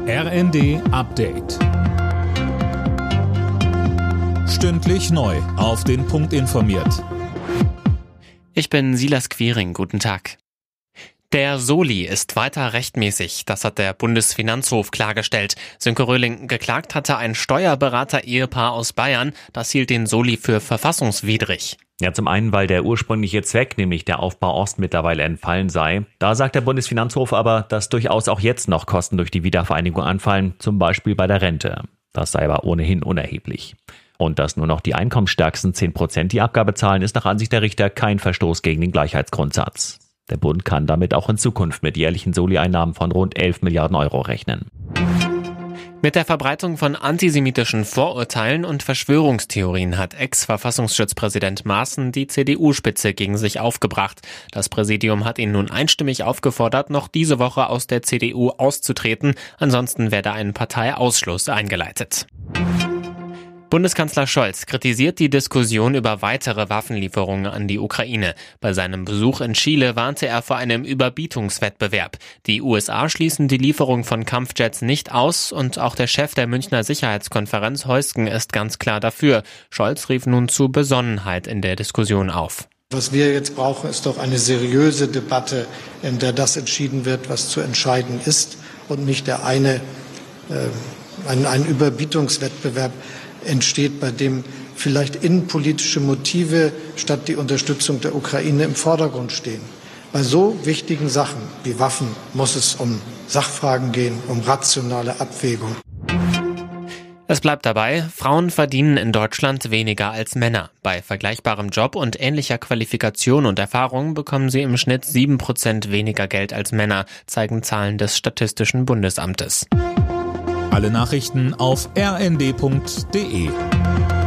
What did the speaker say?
RND Update. Stündlich neu auf den Punkt informiert. Ich bin Silas Quiring, guten Tag. Der Soli ist weiter rechtmäßig, das hat der Bundesfinanzhof klargestellt. Sönke Röhling, geklagt hatte ein Steuerberater-Ehepaar aus Bayern, das hielt den Soli für verfassungswidrig. Ja, zum einen, weil der ursprüngliche Zweck, nämlich der Aufbau Ost, mittlerweile entfallen sei. Da sagt der Bundesfinanzhof aber, dass durchaus auch jetzt noch Kosten durch die Wiedervereinigung anfallen, zum Beispiel bei der Rente. Das sei aber ohnehin unerheblich. Und dass nur noch die einkommensstärksten 10% die Abgabe zahlen, ist nach Ansicht der Richter kein Verstoß gegen den Gleichheitsgrundsatz. Der Bund kann damit auch in Zukunft mit jährlichen Soli-Einnahmen von rund 11 Milliarden Euro rechnen. Mit der Verbreitung von antisemitischen Vorurteilen und Verschwörungstheorien hat Ex-Verfassungsschutzpräsident Maaßen die CDU-Spitze gegen sich aufgebracht. Das Präsidium hat ihn nun einstimmig aufgefordert, noch diese Woche aus der CDU auszutreten. Ansonsten werde ein Parteiausschluss eingeleitet. Bundeskanzler Scholz kritisiert die Diskussion über weitere Waffenlieferungen an die Ukraine. Bei seinem Besuch in Chile warnte er vor einem Überbietungswettbewerb. Die USA schließen die Lieferung von Kampfjets nicht aus und auch der Chef der Münchner Sicherheitskonferenz Heusgen ist ganz klar dafür. Scholz rief nun zu Besonnenheit in der Diskussion auf. Was wir jetzt brauchen, ist doch eine seriöse Debatte, in der das entschieden wird, was zu entscheiden ist und nicht ein Überbietungswettbewerb entsteht, bei dem vielleicht innenpolitische Motive statt die Unterstützung der Ukraine im Vordergrund stehen. Bei so wichtigen Sachen wie Waffen muss es um Sachfragen gehen, um rationale Abwägung. Es bleibt dabei, Frauen verdienen in Deutschland weniger als Männer. Bei vergleichbarem Job und ähnlicher Qualifikation und Erfahrung bekommen sie im Schnitt 7% weniger Geld als Männer, zeigen Zahlen des Statistischen Bundesamtes. Alle Nachrichten auf rnd.de.